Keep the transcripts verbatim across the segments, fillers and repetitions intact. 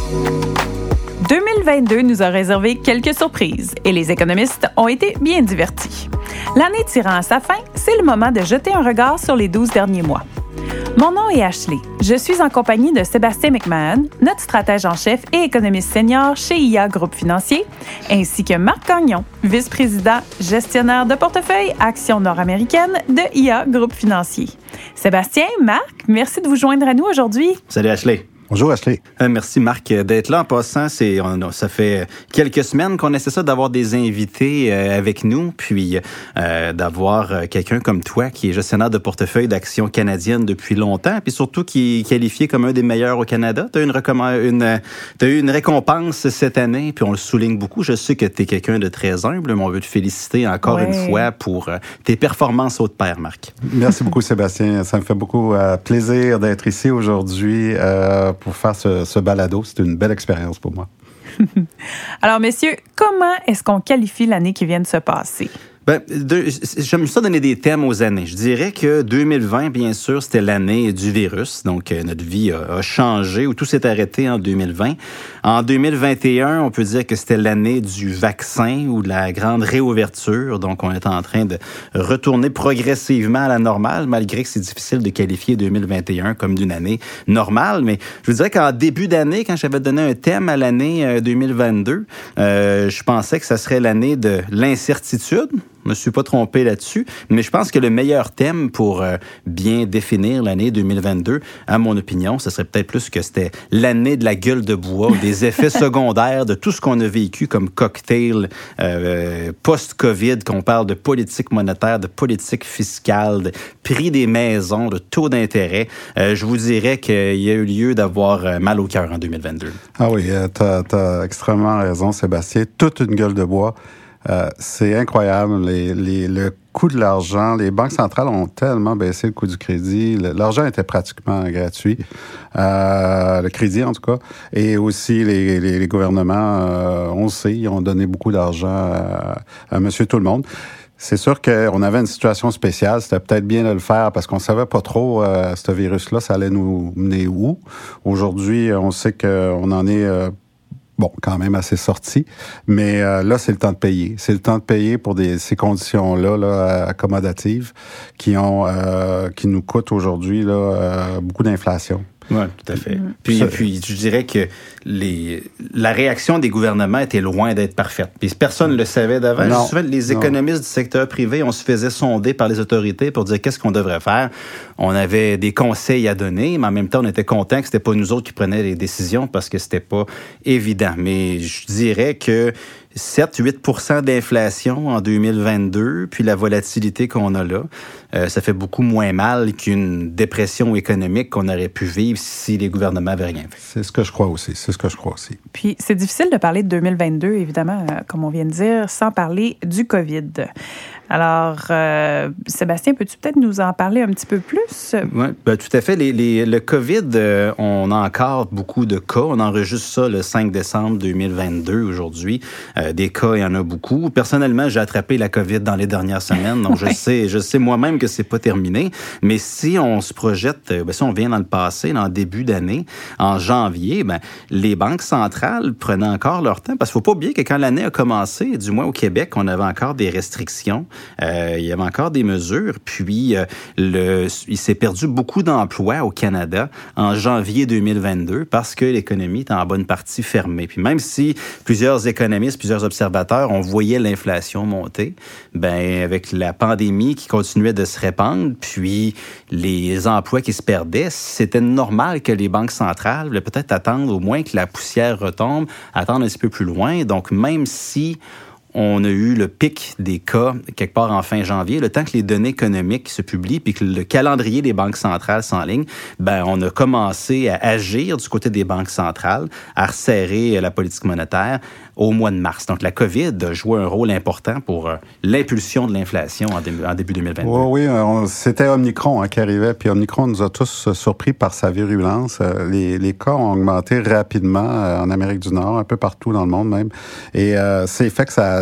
deux mille vingt-deux nous a réservé quelques surprises et les économistes ont été bien divertis. L'année tirant à sa fin, c'est le moment de jeter un regard sur les douze derniers mois. Mon nom est Ashley. Je suis en compagnie de Sébastien McMahon, notre stratège en chef et économiste senior chez I A Groupe Financier, ainsi que Marc Gagnon, vice-président gestionnaire de portefeuille actions nord-américaines de I A Groupe Financier. Sébastien, Marc, merci de vous joindre à nous aujourd'hui. Salut Ashley. Bonjour Ashley. Euh, merci Marc d'être là. En passant, c'est, on, ça fait quelques semaines qu'on essaie ça d'avoir des invités euh, avec nous, puis euh, d'avoir euh, quelqu'un comme toi qui est gestionnaire de portefeuille d'actions canadiennes depuis longtemps, puis surtout qui est qualifié comme un des meilleurs au Canada. Tu as une, recomm- une, t'as eu une récompense cette année, puis on le souligne beaucoup. Je sais que tu es quelqu'un de très humble, mais on veut te féliciter encore ouais. une fois pour euh, tes performances haut de pair, Marc. Merci beaucoup Sébastien. Ça me fait beaucoup euh, plaisir d'être ici aujourd'hui euh, pour faire ce, ce balado. C'est une belle expérience pour moi. Alors, messieurs, comment est-ce qu'on qualifie l'année qui vient de se passer? Ben, de, j'aime ça donner des thèmes aux années. Je dirais que deux mille vingt, bien sûr, c'était l'année du virus. Donc, euh, notre vie a, a changé, ou tout s'est arrêté en deux mille vingt. En deux mille vingt et un, on peut dire que c'était l'année du vaccin ou de la grande réouverture. Donc, on est en train de retourner progressivement à la normale, malgré que c'est difficile de qualifier deux mille vingt et un comme d'une année normale. Mais je vous dirais qu'en début d'année, quand j'avais donné un thème à l'année deux mille vingt-deux, euh, je pensais que ça serait l'année de l'incertitude. Je me suis pas trompé là-dessus, mais je pense que le meilleur thème pour euh, bien définir l'année deux mille vingt-deux, à mon opinion, ce serait peut-être plus que c'était l'année de la gueule de bois, des effets secondaires de tout ce qu'on a vécu comme cocktail euh, post-COVID, qu'on parle de politique monétaire, de politique fiscale, de prix des maisons, de taux d'intérêt. Euh, je vous dirais qu'il y a eu lieu d'avoir mal au cœur en deux mille vingt-deux. Ah oui, euh, t'as, t'as extrêmement raison, Sébastien. Toute une gueule de bois. Euh, c'est incroyable. Les, les, le coût de l'argent, les banques centrales ont tellement baissé le coût du crédit. Le, l'argent était pratiquement gratuit. Euh, le crédit, en tout cas. Et aussi, les, les, les gouvernements, euh, on le sait, ils ont donné beaucoup d'argent à, à monsieur tout le monde. C'est sûr qu'on avait une situation spéciale. C'était peut-être bien de le faire parce qu'on savait pas trop, euh, ce virus-là, ça allait nous mener où. Aujourd'hui, on sait qu'on en est... Euh, Bon, quand même assez sorti, mais euh, là, c'est le temps de payer. C'est le temps de payer pour des, ces conditions-là là, accommodatives qui ont, euh, qui nous coûtent aujourd'hui là, euh, beaucoup d'inflation. Oui, tout à fait. Puis, ça, puis je dirais que les, la réaction des gouvernements était loin d'être parfaite. Puis personne ne le savait d'avant. Non, souvent, les économistes non. du secteur privé, on se faisait sonder par les autorités pour dire qu'est-ce qu'on devrait faire. On avait des conseils à donner, mais en même temps, on était content que c'était pas nous autres qui prenaient les décisions parce que c'était pas évident. Mais je dirais que sept à huit pour cent d'inflation en deux mille vingt-deux, puis la volatilité qu'on a là, euh, ça fait beaucoup moins mal qu'une dépression économique qu'on aurait pu vivre si les gouvernements n'avaient rien fait. C'est ce que je crois aussi, c'est ce que je crois aussi. Puis c'est difficile de parler de deux mille vingt-deux, évidemment, euh, comme on vient de dire, sans parler du COVID. Alors, euh, Sébastien, peux-tu peut-être nous en parler un petit peu plus? Oui, ben, tout à fait. Les, les, le COVID, euh, on a encore beaucoup de cas. On enregistre ça le cinq décembre deux mille vingt-deux aujourd'hui. Euh, des cas, il y en a beaucoup. Personnellement, j'ai attrapé la COVID dans les dernières semaines, donc je sais, je sais moi-même que c'est pas terminé. Mais si on se projette, ben, si on vient dans le passé, dans le début d'année, en janvier, ben, les banques centrales prenaient encore leur temps. Parce qu'il faut pas oublier que quand l'année a commencé, du moins au Québec, on avait encore des restrictions. Euh, il y avait encore des mesures, puis euh, le, il s'est perdu beaucoup d'emplois au Canada en janvier deux mille vingt-deux parce que l'économie était en bonne partie fermée. Puis même si plusieurs économistes, plusieurs observateurs, on voyait l'inflation monter, ben avec la pandémie qui continuait de se répandre, puis les emplois qui se perdaient, c'était normal que les banques centrales voulaient peut-être attendre au moins que la poussière retombe, attendre un petit peu plus loin. Donc même si on a eu le pic des cas quelque part en fin janvier, le temps que les données économiques se publient puis que le calendrier des banques centrales s'enligne, ben on a commencé à agir du côté des banques centrales, à resserrer la politique monétaire au mois de mars. Donc la COVID a joué un rôle important pour euh, l'impulsion de l'inflation en, dé- en début deux mille vingt-deux. Oui, oui, on, c'était Omicron hein, qui arrivait, puis Omicron nous a tous surpris par sa virulence. Les, les cas ont augmenté rapidement euh, en Amérique du Nord, un peu partout dans le monde même, et euh, c'est fait que ça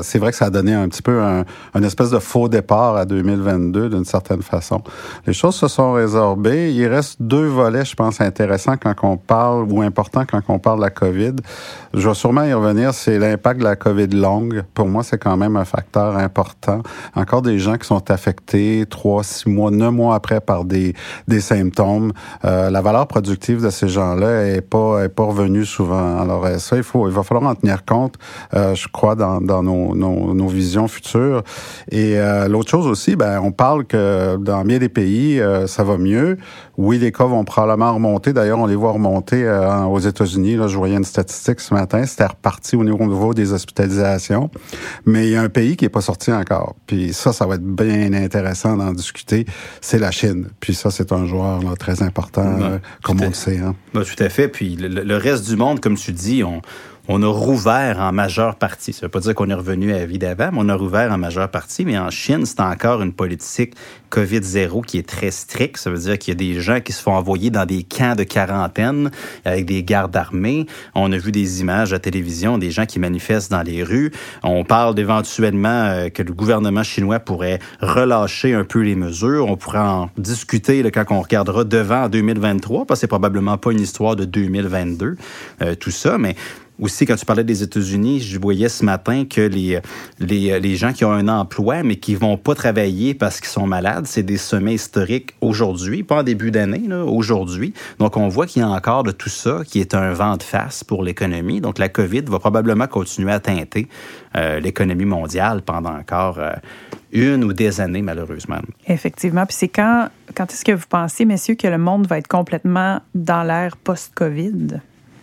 ça, c'est vrai que ça a donné un petit peu un, un espèce de faux départ à deux mille vingt-deux, d'une certaine façon. Les choses se sont résorbées. Il reste deux volets, je pense, intéressants quand on parle, ou importants quand on parle de la COVID. Je vais sûrement y revenir, c'est l'impact de la COVID longue. Pour moi, c'est quand même un facteur important. Encore des gens qui sont affectés trois, six mois, neuf mois après par des, des symptômes. Euh, la valeur productive de ces gens-là est pas, est pas revenue souvent. Alors, ça, il faut, il va falloir en tenir compte, euh, je crois, dans, dans nos, nos, nos visions futures. Et euh, l'autre chose aussi, ben, on parle que dans bien des pays, euh, ça va mieux. Oui, les cas vont probablement remonter. D'ailleurs, on les voit remonter euh, aux États-Unis. Là, je voyais une statistique ce matin. C'était reparti au niveau, au niveau des hospitalisations. Mais il y a un pays qui n'est pas sorti encore. Puis ça, ça va être bien intéressant d'en discuter. C'est la Chine. Puis ça, c'est un joueur là, très important, ben, euh, comme on le sait. Hein. Ben, tout à fait. Puis le, le reste du monde, comme tu dis, on... On a rouvert en majeure partie. Ça ne veut pas dire qu'on est revenu à la vie d'avant, mais on a rouvert en majeure partie. Mais en Chine, c'est encore une politique COVID zéro qui est très stricte. Ça veut dire qu'il y a des gens qui se font envoyer dans des camps de quarantaine avec des gardes armés. On a vu des images à la télévision, des gens qui manifestent dans les rues. On parle éventuellement que le gouvernement chinois pourrait relâcher un peu les mesures. On pourrait en discuter là, quand on regardera devant en deux mille vingt-trois, parce que c'est probablement pas une histoire de deux mille vingt-deux, euh, tout ça, mais... Aussi, quand tu parlais des États-Unis, je voyais ce matin que les, les, les gens qui ont un emploi, mais qui vont pas travailler parce qu'ils sont malades, c'est des sommets historiques aujourd'hui, pas en début d'année, là, aujourd'hui. Donc, on voit qu'il y a encore de tout ça qui est un vent de face pour l'économie. Donc, la COVID va probablement continuer à teinter euh, l'économie mondiale pendant encore euh, une ou des années, malheureusement. Effectivement. Puis c'est quand, quand est-ce que vous pensez, messieurs, que le monde va être complètement dans l'ère post-COVID?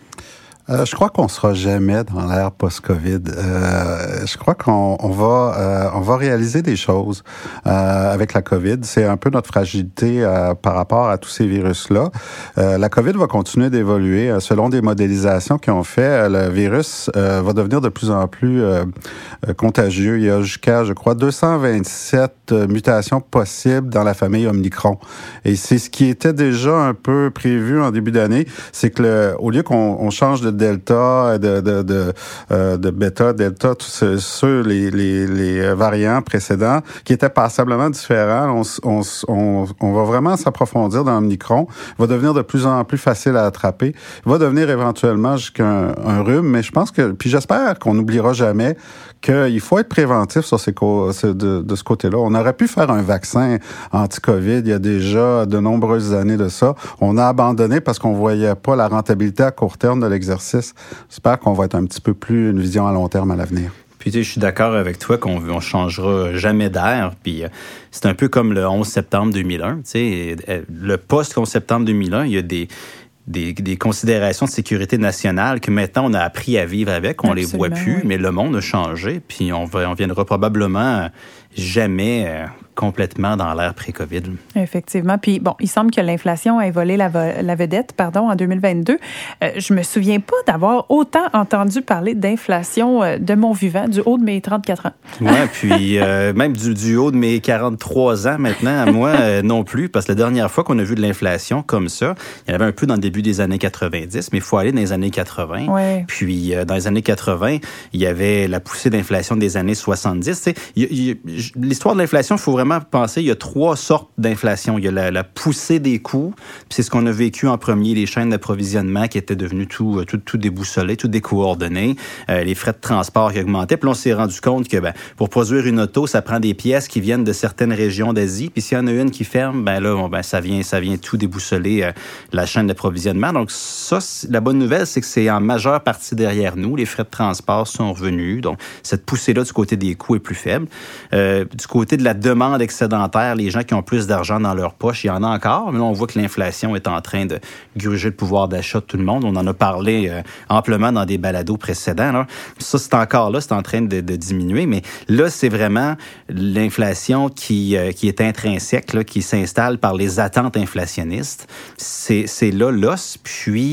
Euh, je crois qu'on sera jamais dans l'ère post-COVID. Euh, je crois qu'on on va euh, on va réaliser des choses euh, avec la COVID. C'est un peu notre fragilité euh, par rapport à tous ces virus-là. Euh, la COVID va continuer d'évoluer euh, selon des modélisations qu'ils ont fait. Euh, le virus euh, va devenir de plus en plus euh, euh, contagieux. Il y a jusqu'à, je crois, deux cent vingt-sept euh, mutations possibles dans la famille Omicron. Et c'est ce qui était déjà un peu prévu en début d'année, c'est que le, au lieu qu'on on change de delta, de, de, de, euh, de bêta, delta, tous ceux, les, les, les variants précédents qui étaient passablement différents. On, on, on, on va vraiment s'approfondir dans Omicron. Il va devenir de plus en plus facile à attraper. Il va devenir éventuellement jusqu'à un, un rhume, mais je pense que, puis j'espère qu'on n'oubliera jamais qu'il faut être préventif sur ces co- de, de ce côté-là. On aurait pu faire un vaccin anti-COVID il y a déjà de nombreuses années de ça. On a abandonné parce qu'on voyait pas la rentabilité à court terme de l'exercice. J'espère qu'on va être un petit peu plus une vision à long terme à l'avenir. Puis tu sais, je suis d'accord avec toi qu'on on changera jamais d'air. Puis euh, c'est un peu comme le onze septembre deux mille un. Tu sais, le post-onze septembre deux mille un, il y a des Des, des considérations de sécurité nationale que maintenant on a appris à vivre avec, on Absolument, les voit plus, oui. Mais le monde a changé, puis on, va, on viendra probablement jamais euh, complètement dans l'ère pré-COVID. Effectivement. Puis bon, il semble que l'inflation a volé la, la vedette, pardon, en deux mille vingt-deux. Euh, je me souviens pas d'avoir autant entendu parler d'inflation euh, de mon vivant, du haut de mes trente-quatre ans. Oui, puis euh, même du, du haut de mes quarante-trois ans maintenant, à moi euh, non plus, parce que la dernière fois qu'on a vu de l'inflation comme ça, il y en avait un peu dans le début des années quatre-vingt-dix, mais il faut aller dans les années quatre-vingts. Ouais. Puis euh, dans les années quatre-vingts, il y avait la poussée d'inflation des années soixante-dix. Tu sais, il, il, l'histoire de l'inflation, il faut vraiment penser, il y a trois sortes d'inflation. Il y a la, la poussée des coûts, puis c'est ce qu'on a vécu en premier, les chaînes d'approvisionnement qui étaient devenues tout, tout, tout déboussolées, tout décoordonnées, euh, les frais de transport qui augmentaient. Puis là, on s'est rendu compte que ben, pour produire une auto, ça prend des pièces qui viennent de certaines régions d'Asie. Puis s'il y en a une qui ferme, ben là, bon, ben, ça vient, ça vient tout déboussoler euh, la chaîne d'approvisionnement. Donc ça, la bonne nouvelle, c'est que c'est en majeure partie derrière nous. Les frais de transport sont revenus. Donc cette poussée-là du côté des coûts est plus faible. Euh, du côté de la demande excédentaire, les gens qui ont plus d'argent dans leur poche, il y en a encore, mais là, on voit que l'inflation est en train de gruger le pouvoir d'achat de tout le monde. On en a parlé euh, amplement dans des balados précédents. Là. Ça, c'est encore là, c'est en train de, de diminuer, mais là, c'est vraiment l'inflation qui, euh, qui est intrinsèque, là, qui s'installe par les attentes inflationnistes. C'est, c'est là l'os, puis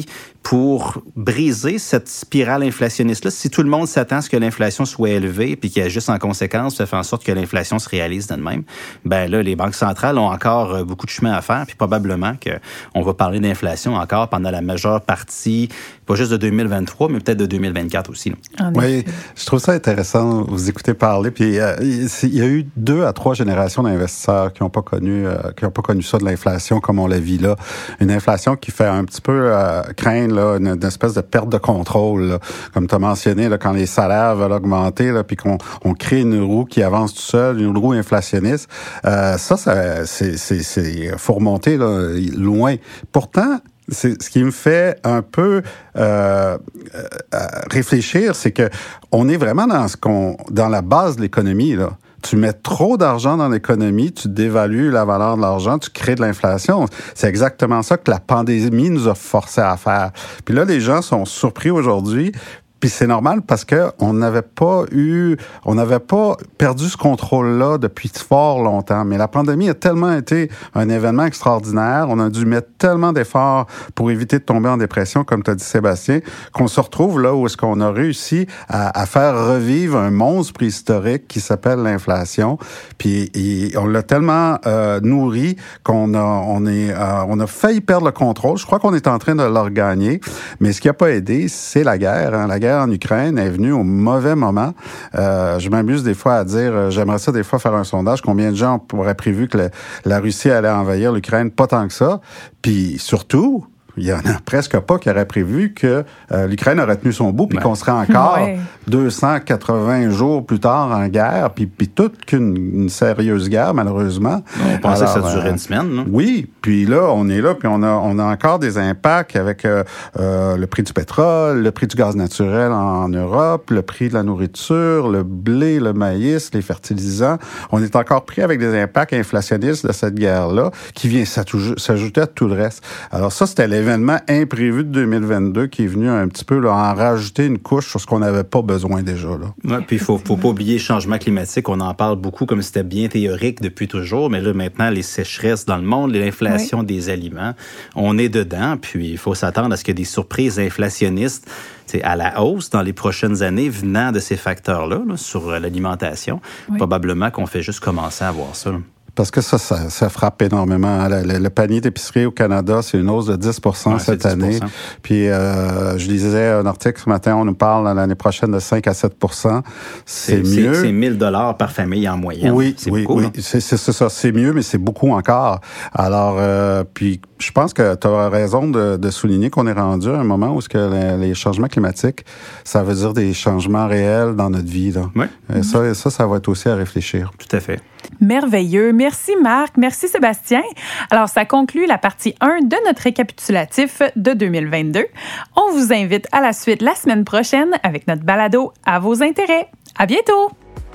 pour briser cette spirale inflationniste-là. Si tout le monde s'attend à ce que l'inflation soit élevée puis qu'il agisse en conséquence, ça fait en sorte que l'inflation se réalise d'elle-même, ben là, les banques centrales ont encore beaucoup de chemin à faire, puis probablement qu'on va parler d'inflation encore pendant la majeure partie, pas juste de deux mille vingt-trois, mais peut-être de deux mille vingt-quatre aussi. Oui, je trouve ça intéressant, vous écoutez parler, puis euh, il y a eu deux à trois générations d'investisseurs qui n'ont pas connu euh, qui n'ont pas connu ça de l'inflation comme on la vit là. Une inflation qui fait un petit peu euh, craindre là, une, une espèce de perte de contrôle, là. Comme tu as mentionné, là, quand les salaires veulent augmenter, là, puis qu'on on crée une roue qui avance tout seul, une roue inflationniste, euh, ça, ça c'est, c'est, c'est faut remonter là, loin. Pourtant, c'est ce qui me fait un peu euh, euh, réfléchir, c'est que on est vraiment dans ce qu'on, dans la base de l'économie là. Tu mets trop d'argent dans l'économie, tu dévalues la valeur de l'argent, tu crées de l'inflation. C'est exactement ça que la pandémie nous a forcé à faire. Puis là, les gens sont surpris aujourd'hui. Puis c'est normal parce que on n'avait pas eu, on n'avait pas perdu ce contrôle-là depuis fort longtemps. Mais la pandémie a tellement été un événement extraordinaire, on a dû mettre tellement d'efforts pour éviter de tomber en dépression, comme tu as dit Sébastien, qu'on se retrouve là où est-ce qu'on a réussi à, à faire revivre un monstre préhistorique qui s'appelle l'inflation. Puis et on l'a tellement euh, nourri qu'on a, on est, euh, on a failli perdre le contrôle. Je crois qu'on est en train de le regagner. Mais ce qui a pas aidé, c'est la guerre. Hein. La guerre en Ukraine est venue au mauvais moment. Euh, je m'amuse des fois à dire, euh, j'aimerais ça des fois faire un sondage, combien de gens auraient prévu que le, la Russie allait envahir l'Ukraine? Pas tant que ça. Puis surtout, il y en a presque pas qui auraient prévu que euh, l'Ukraine aurait tenu son bout puis ouais. qu'on serait encore ouais. deux cent quatre-vingts jours plus tard en guerre, puis, puis toute qu'une une sérieuse guerre, malheureusement. On pensait Alors, que ça durait euh, une semaine, non? Oui, puis là, on est là, puis on a, on a encore des impacts avec euh, euh, le prix du pétrole, le prix du gaz naturel en, en Europe, le prix de la nourriture, le blé, le maïs, les fertilisants. On est encore pris avec des impacts inflationnistes de cette guerre-là qui vient s'ajouter à tout le reste. Alors ça, c'était l'événement imprévu de deux mille vingt-deux qui est venu un petit peu là, en rajouter une couche sur ce qu'on n'avait pas besoin déjà. Là. Ouais, puis il faut, faut pas oublier le changement climatique. On en parle beaucoup comme si c'était bien théorique depuis toujours, mais là maintenant, les sécheresses dans le monde, l'inflation oui. des aliments, on est dedans, puis il faut s'attendre à ce qu'il y ait des surprises inflationnistes à la hausse dans les prochaines années venant de ces facteurs-là là, sur l'alimentation. Oui. Probablement qu'on fait juste commencer à voir ça. Là. Parce que ça, ça, ça frappe énormément. Le, le, le panier d'épicerie au Canada, c'est une hausse de dix pour cent ouais, cette année. Puis, euh, je lisais un article ce matin, on nous parle l'année prochaine de cinq à sept pour cent. C'est, c'est mieux. C'est mille dollars par famille en moyenne. Oui, c'est oui, beaucoup, oui. C'est, c'est, c'est ça. C'est mieux, mais c'est beaucoup encore. Alors, euh, puis, je pense que tu as raison de, de souligner qu'on est rendu à un moment où ce que les, les changements climatiques, ça veut dire des changements réels dans notre vie. Là. Oui. Et ça, ça, ça va être aussi à réfléchir. Tout à fait. Merveilleux. Merci Marc. Merci Sébastien. Alors, ça conclut la partie un de notre récapitulatif de deux mille vingt-deux. On vous invite à la suite la semaine prochaine avec notre balado à vos intérêts. À bientôt!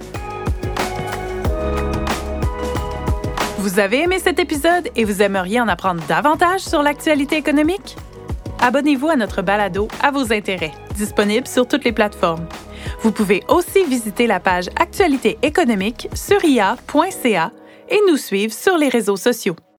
Vous avez aimé cet épisode et vous aimeriez en apprendre davantage sur l'actualité économique? Abonnez-vous à notre balado à vos intérêts, disponible sur toutes les plateformes. Vous pouvez aussi visiter la page Actualité économique sur i a point c a et nous suivre sur les réseaux sociaux.